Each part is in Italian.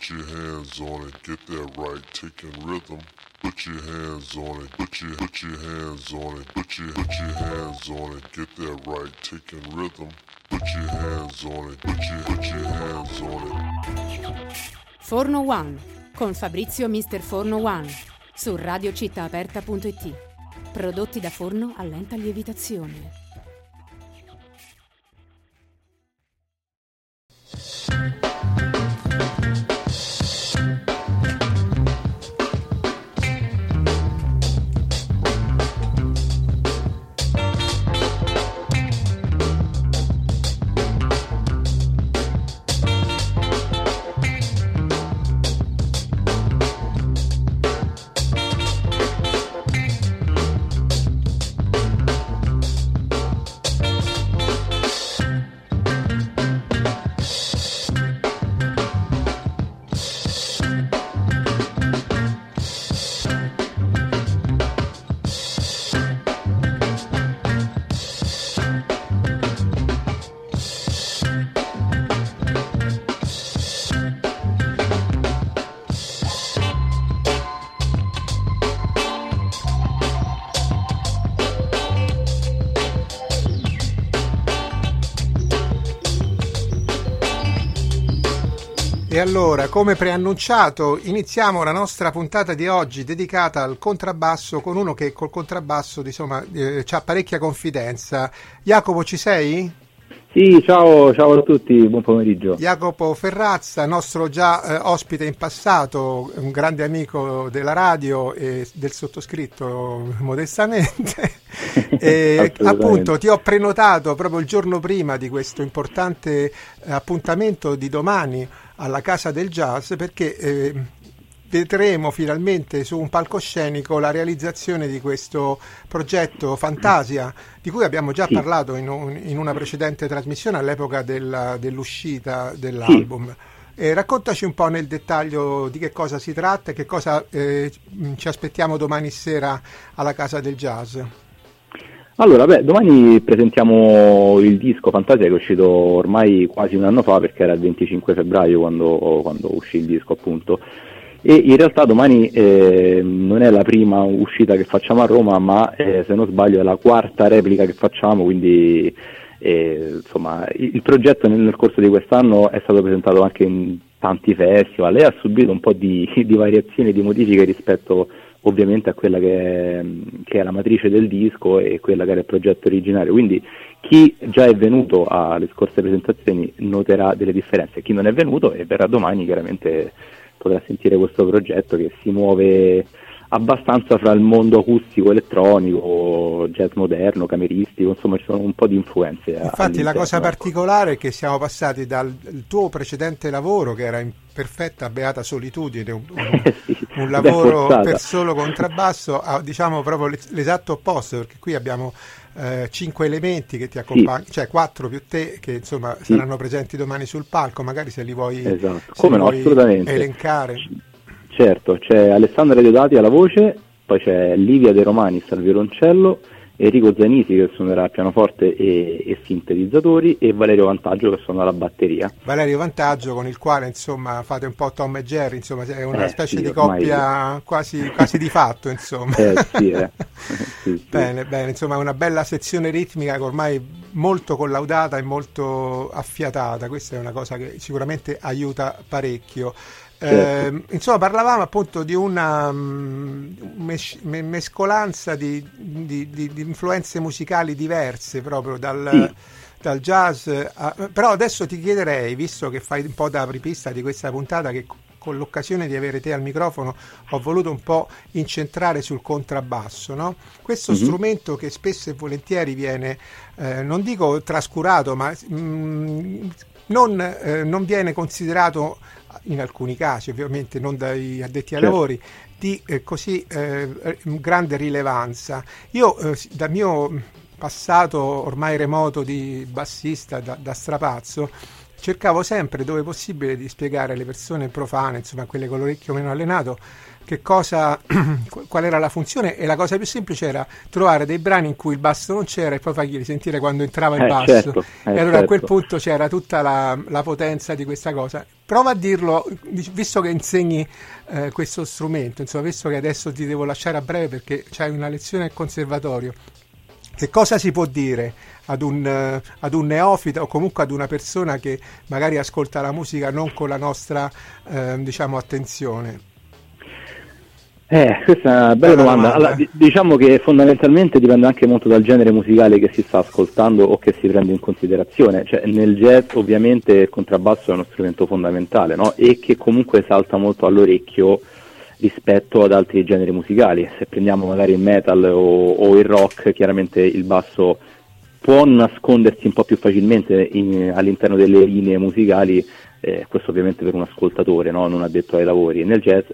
Put your hands on it, get that right, taking rhythm. Put your hands on it, put your hands on it, put your hands on it, get that right, taking rhythm. Put your hands on it, put your hands on it. Forno One con Fabrizio Mister Forno One su radiocittaaperta.it. Prodotti da forno a lenta lievitazione. E allora, come preannunciato, iniziamo la nostra puntata di oggi dedicata al contrabbasso con uno che col contrabbasso, insomma, c'ha parecchia confidenza. Jacopo, ci sei? Sì, ciao a tutti, buon pomeriggio. Jacopo Ferrazza, nostro già ospite in passato, un grande amico della radio e del sottoscritto modestamente. E appunto ti ho prenotato proprio il giorno prima di questo importante appuntamento di domani alla Casa del Jazz, perché vedremo finalmente su un palcoscenico la realizzazione di questo progetto Fantasia, di cui abbiamo già parlato in una precedente trasmissione all'epoca dell'uscita dell'album. Raccontaci un po' nel dettaglio di che cosa si tratta e che cosa ci aspettiamo domani sera alla Casa del Jazz. Allora, domani presentiamo il disco Fantasia, che è uscito ormai quasi un anno fa, perché era il 25 febbraio quando uscì il disco, appunto. E in realtà domani non è la prima uscita che facciamo a Roma, ma se non sbaglio è la quarta replica che facciamo, quindi insomma il progetto nel corso di quest'anno è stato presentato anche in tanti festival e ha subito un po' di variazioni e di modifiche rispetto ovviamente a quella che è la matrice del disco e quella che era il progetto originario, quindi chi già è venuto alle scorse presentazioni noterà delle differenze, chi non è venuto e verrà domani chiaramente potrà sentire questo progetto che si muove abbastanza fra il mondo acustico, elettronico, jazz moderno, cameristico, insomma ci sono un po' di influenze. Infatti la cosa particolare è che siamo passati dal tuo precedente lavoro, che era in perfetta beata solitudine, un lavoro per solo contrabbasso, a diciamo proprio l'esatto opposto, perché qui abbiamo 5 elementi che ti accompagnano, cioè 4 più te, che insomma saranno presenti domani sul palco, magari se li vuoi, assolutamente elencare. Certo, c'è Alessandra Deodati alla voce, poi c'è Livia De Romanis al violoncello, Enrico Zanisi che suonerà al pianoforte e sintetizzatori, e Valerio Vantaggio che suona la batteria. Valerio Vantaggio, con il quale insomma fate un po' Tom e Jerry, insomma è una specie di coppia quasi di fatto, insomma. Sì. Bene, insomma è una bella sezione ritmica che ormai molto collaudata e molto affiatata, questa è una cosa che sicuramente aiuta parecchio. Certo. Insomma parlavamo appunto di una mescolanza di influenze musicali diverse proprio dal jazz però adesso ti chiederei, visto che fai un po' da apripista di questa puntata, che con l'occasione di avere te al microfono ho voluto un po' incentrare sul contrabbasso, no? Questo strumento che spesso e volentieri viene non dico trascurato, ma non viene considerato, in alcuni casi ovviamente non dai addetti ai lavori, di così grande rilevanza. Io dal mio passato ormai remoto di bassista da strapazzo cercavo sempre, dove possibile, di spiegare alle persone profane, insomma, quelle con l'orecchio meno allenato, che cosa, qual era la funzione, e la cosa più semplice era trovare dei brani in cui il basso non c'era e poi fargli sentire quando entrava il basso. Certo, e allora a quel punto c'era tutta la potenza di questa cosa. Prova a dirlo, visto che insegni questo strumento, insomma, visto che adesso ti devo lasciare a breve perché c'hai una lezione al conservatorio, che cosa si può dire ad un neofita o comunque ad una persona che magari ascolta la musica non con la nostra diciamo attenzione? Questa è una bella domanda. Allora, diciamo che fondamentalmente dipende anche molto dal genere musicale che si sta ascoltando o che si prende in considerazione. Cioè, nel jazz ovviamente il contrabbasso è uno strumento fondamentale, no? E che comunque salta molto all'orecchio rispetto ad altri generi musicali. Se prendiamo magari il metal o il rock, chiaramente il basso può nascondersi un po' più facilmente all'interno delle linee musicali. Questo ovviamente per un ascoltatore, no? Non addetto ai lavori. Nel jazz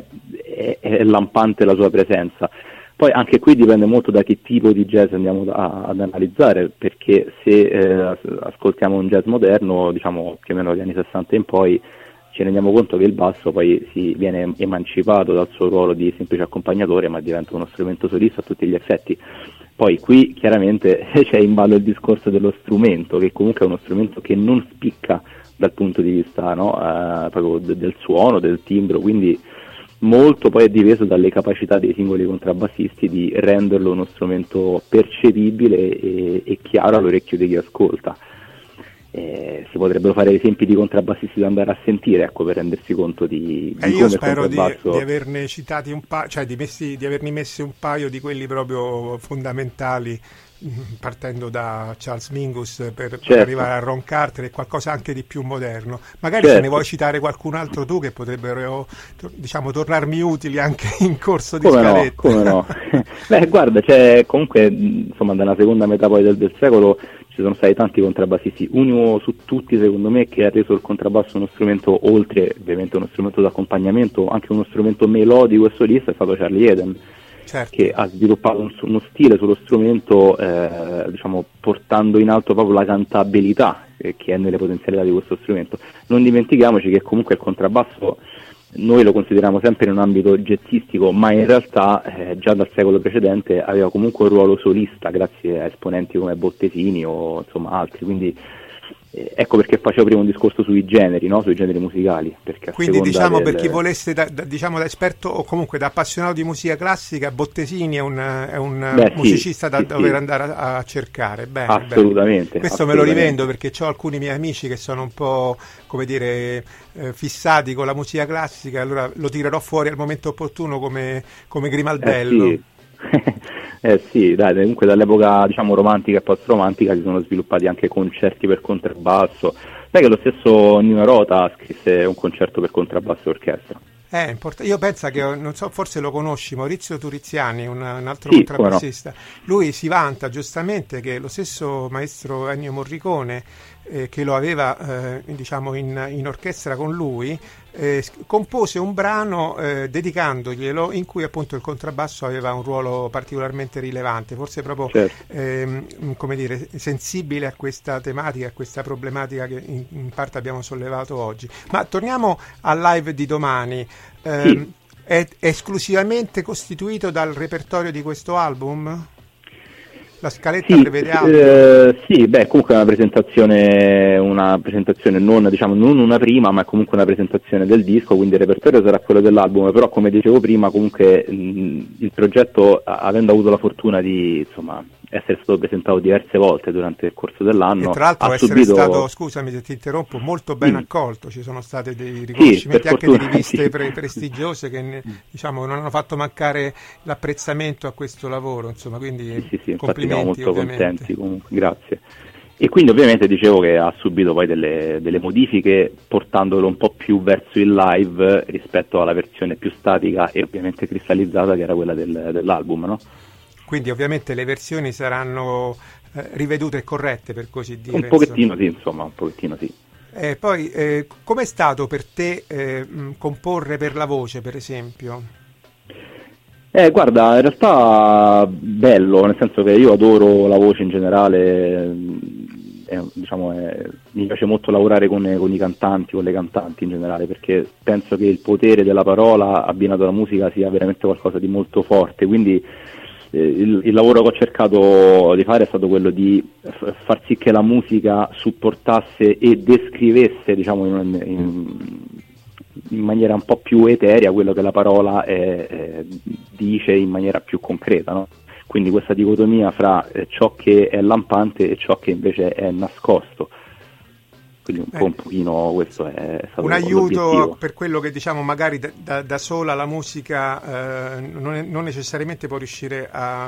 è lampante la sua presenza. Poi anche qui dipende molto da che tipo di jazz andiamo ad analizzare, perché se ascoltiamo un jazz moderno, diciamo più o meno dagli anni 60 in poi, ci rendiamo conto che il basso poi si viene emancipato dal suo ruolo di semplice accompagnatore, ma diventa uno strumento solista a tutti gli effetti. Poi qui chiaramente c'è in ballo il discorso dello strumento, che comunque è uno strumento che non spicca dal punto di vista, no? Proprio del suono, del timbro, quindi molto poi è dipeso dalle capacità dei singoli contrabbassisti di renderlo uno strumento percepibile e chiaro all'orecchio di chi ascolta. Si potrebbero fare esempi di contrabbassisti da andare a sentire, ecco, per rendersi conto di come io spero il contrabbasso... di averne citati un paio, cioè di avermi messi un paio di quelli proprio fondamentali, partendo da Charles Mingus per arrivare a Ron Carter e qualcosa anche di più moderno. Magari se ne vuoi citare qualcun altro tu che potrebbero, diciamo, tornarmi utili anche in corso di scaletta. Come no? Beh, guarda, c'è comunque, insomma, nella seconda metà poi del secolo ci sono stati tanti contrabbassisti, uno su tutti secondo me che ha reso il contrabbasso uno strumento, oltre ovviamente uno strumento d'accompagnamento, anche uno strumento melodico e solista, è stato Charlie Haden. Certo. Che ha sviluppato uno stile sullo strumento, diciamo, portando in alto proprio la cantabilità che è nelle potenzialità di questo strumento. Non dimentichiamoci che comunque il contrabbasso noi lo consideriamo sempre in un ambito jazzistico, ma in realtà già dal secolo precedente aveva comunque un ruolo solista grazie a esponenti come Bottesini o insomma altri, quindi ecco perché facevo prima un discorso sui generi, no? Sui generi musicali. Perché quindi diciamo per chi volesse diciamo da esperto o comunque da appassionato di musica classica, Bottesini è un musicista da dover andare a cercare. Bene, assolutamente. Questo me lo rivendo perché ho alcuni miei amici che sono un po', come dire, fissati con la musica classica, allora lo tirerò fuori al momento opportuno come Grimaldello. Sì, dai, comunque dall'epoca, diciamo, romantica e post-romantica si sono sviluppati anche concerti per contrabbasso. Sai che lo stesso Nino Rota scrisse un concerto per contrabbasso e orchestra. Io penso che, non so, forse lo conosci, Maurizio Turiziani, un altro contrabbassista. No. Lui si vanta giustamente che lo stesso maestro Ennio Morricone, che lo aveva diciamo in orchestra con lui, compose un brano dedicandoglielo, in cui appunto il contrabbasso aveva un ruolo particolarmente rilevante, forse proprio come dire, sensibile a questa tematica, a questa problematica che in parte abbiamo sollevato oggi. Ma torniamo al live di domani. È esclusivamente costituito dal repertorio di questo album? La scaletta prevede altro? Sì, beh, comunque è una presentazione non, diciamo, non una prima, ma è comunque una presentazione del disco, quindi il repertorio sarà quello dell'album, però come dicevo prima, comunque il progetto, avendo avuto la fortuna di, insomma, essere stato presentato diverse volte durante il corso dell'anno, e tra l'altro essere stato, scusami se ti interrompo, molto ben accolto. Ci sono stati dei riconoscimenti anche di riviste prestigiose che diciamo non hanno fatto mancare l'apprezzamento a questo lavoro, insomma, quindi complimenti. Siamo molto ovviamente contenti comunque, grazie. E quindi ovviamente dicevo che ha subito poi delle modifiche, portandolo un po' più verso il live rispetto alla versione più statica e ovviamente cristallizzata che era quella dell'album, no? Quindi ovviamente le versioni saranno rivedute e corrette, per così dire. Un pochettino sì, insomma, un pochettino sì. Poi, com'è stato per te comporre per la voce, per esempio? Guarda, in realtà bello, nel senso che io adoro la voce in generale, mi piace molto lavorare con i cantanti, con le cantanti in generale, perché penso che il potere della parola abbinato alla musica sia veramente qualcosa di molto forte, quindi il lavoro che ho cercato di fare è stato quello di far sì che la musica supportasse e descrivesse, diciamo, in maniera un po' più eterea quello che la parola dice in maniera più concreta, no? Quindi questa dicotomia fra ciò che è lampante e ciò che invece è nascosto. Quindi un pochino questo è stato un aiuto l'obiettivo. Per quello che, diciamo, magari da sola la musica non necessariamente può riuscire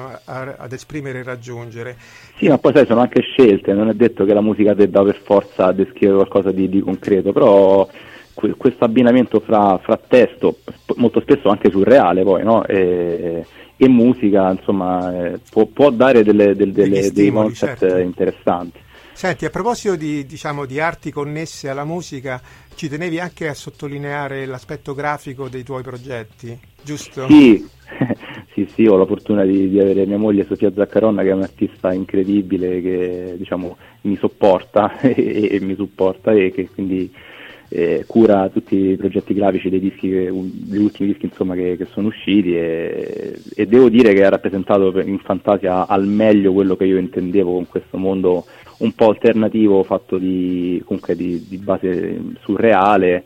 ad esprimere e raggiungere. Sì, ma poi sai, sono anche scelte, non è detto che la musica debba per forza descrivere qualcosa di concreto, però questo abbinamento fra testo, molto spesso anche surreale poi, no? E musica, insomma, può dare dei concept, certo, interessanti. Senti, a proposito di arti connesse alla musica, ci tenevi anche a sottolineare l'aspetto grafico dei tuoi progetti, giusto? Sì, sì, ho la fortuna di avere mia moglie Sofia Zaccaronna, che è un'artista incredibile, che, diciamo, mi sopporta e mi supporta, e che quindi cura tutti i progetti grafici degli ultimi dischi, insomma, che sono usciti, e devo dire che ha rappresentato in Fantasia al meglio quello che io intendevo con questo mondo un po' alternativo, fatto comunque di base surreale,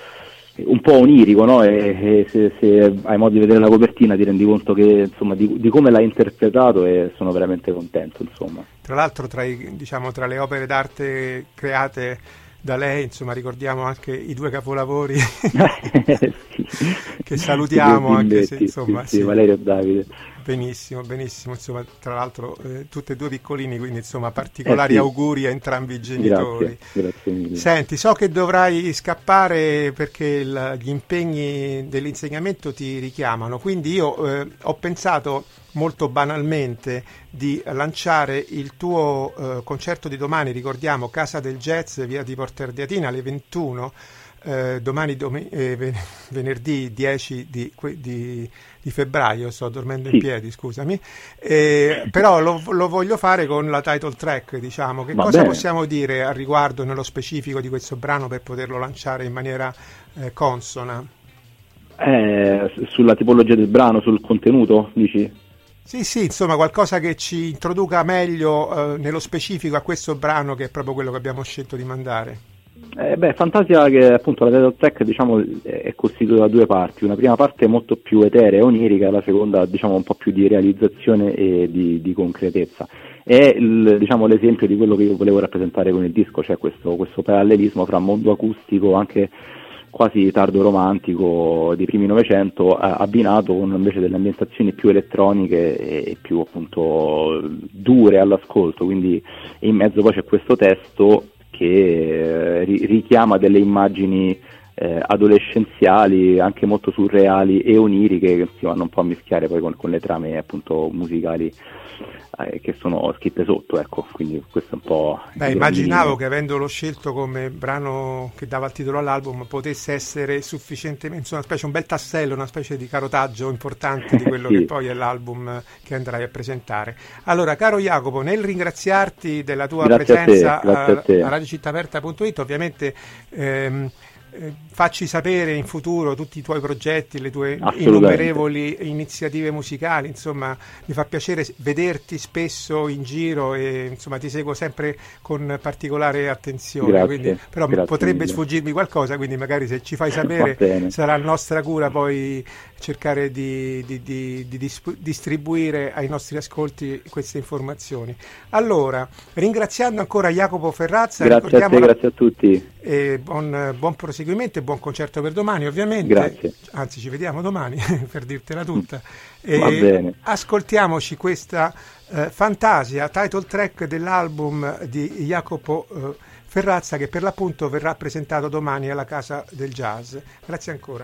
un po' onirico, no? E se hai modo di vedere la copertina ti rendi conto che, insomma, di come l'hai interpretato, e sono veramente contento, insomma. Tra l'altro, tra le opere d'arte create da lei, insomma, ricordiamo anche i 2 capolavori sì, che salutiamo, anche se, insomma, sì, Valerio e Davide. Benissimo, insomma, tra l'altro tutti e 2 piccolini, quindi, insomma, particolari auguri a entrambi i genitori. Grazie mille. Senti, so che dovrai scappare perché gli impegni dell'insegnamento ti richiamano, quindi io ho pensato molto banalmente di lanciare il tuo concerto di domani. Ricordiamo, Casa del Jazz, via di Porterdiatina, alle 21, domani venerdì 10 di febbraio. Sto dormendo in piedi, scusami, però lo voglio fare con la title track, diciamo. Che cosa possiamo dire a riguardo, nello specifico, di questo brano, per poterlo lanciare in maniera consona? Sulla tipologia del brano, sul contenuto, dici? Sì, insomma, qualcosa che ci introduca meglio nello specifico a questo brano, che è proprio quello che abbiamo scelto di mandare. Fantasia, che appunto la title track, diciamo, è costituita da 2 parti. Una prima parte molto più eterea e onirica, e la seconda, diciamo, un po' più di realizzazione e di concretezza. È diciamo, l'esempio di quello che io volevo rappresentare con il disco, cioè questo parallelismo fra mondo acustico, anche quasi tardo romantico, di primi Novecento, abbinato con invece delle ambientazioni più elettroniche e più, appunto, dure all'ascolto. Quindi in mezzo poi c'è questo testo che richiama delle immagini adolescenziali, anche molto surreali e oniriche, che si vanno un po' a mischiare poi con le trame, appunto, musicali che sono scritte sotto, ecco. Quindi questo è un po'. Immaginavo che, avendolo scelto come brano che dava il titolo all'album, potesse essere sufficientemente, insomma, un bel tassello, una specie di carotaggio importante di quello che poi è l'album che andrai a presentare. Allora, caro Jacopo, nel ringraziarti della tua presenza a radiocittaaperta.it, ovviamente facci sapere in futuro tutti i tuoi progetti, le tue innumerevoli iniziative musicali. Insomma, mi fa piacere vederti spesso in giro, e, insomma, ti seguo sempre con particolare attenzione. Quindi, però potrebbe sfuggirmi qualcosa, quindi magari, se ci fai sapere, sarà nostra cura poi cercare di distribuire ai nostri ascolti queste informazioni. Allora, ringraziando ancora Jacopo Ferrazza, grazie a tutti, e buon proseguimento e buon concerto per domani, ovviamente. Grazie. Anzi, ci vediamo domani per dirtela tutta. Va bene. Ascoltiamoci questa Fantasia, title track dell'album di Jacopo Ferrazza, che per l'appunto verrà presentato domani alla Casa del Jazz. Grazie ancora.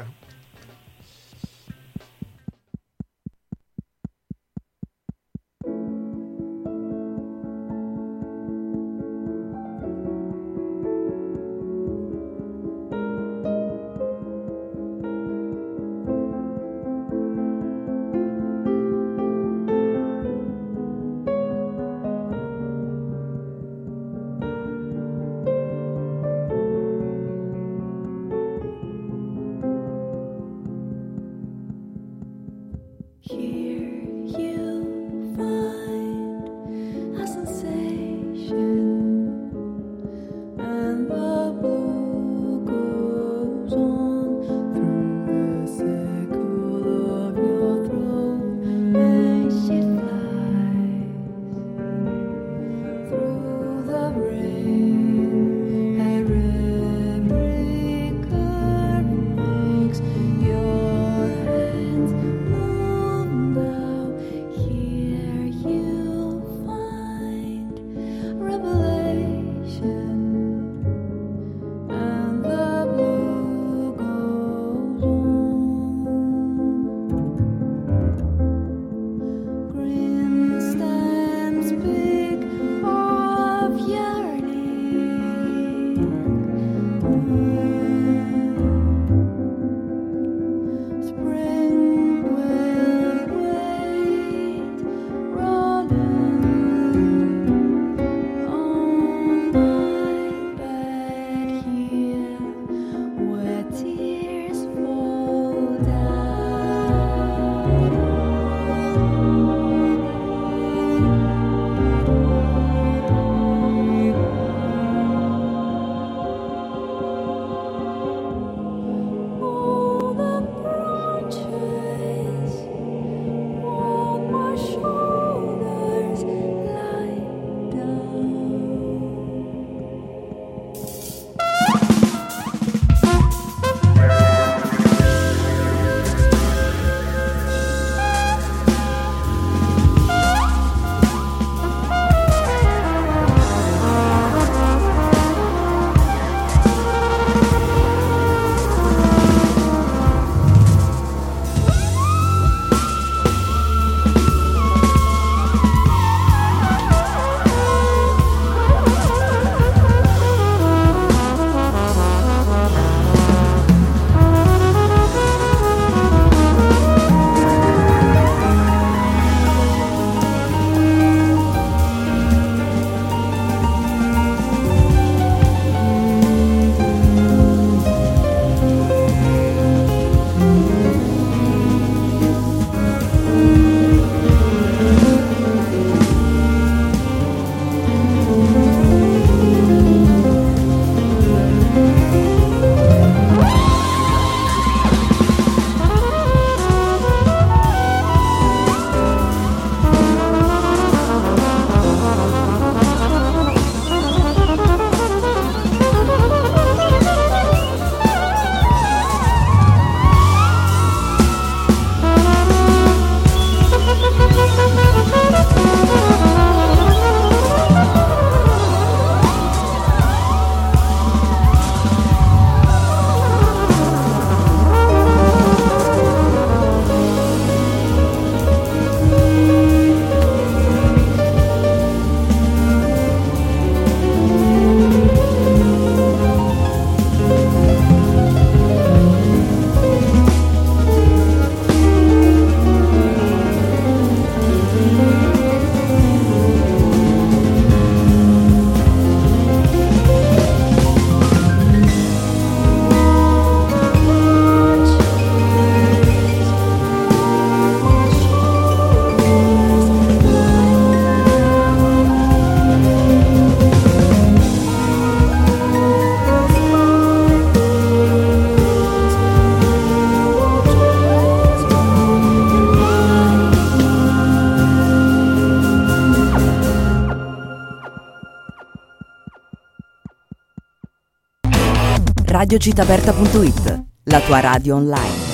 radiocitaperta.it, la tua radio online.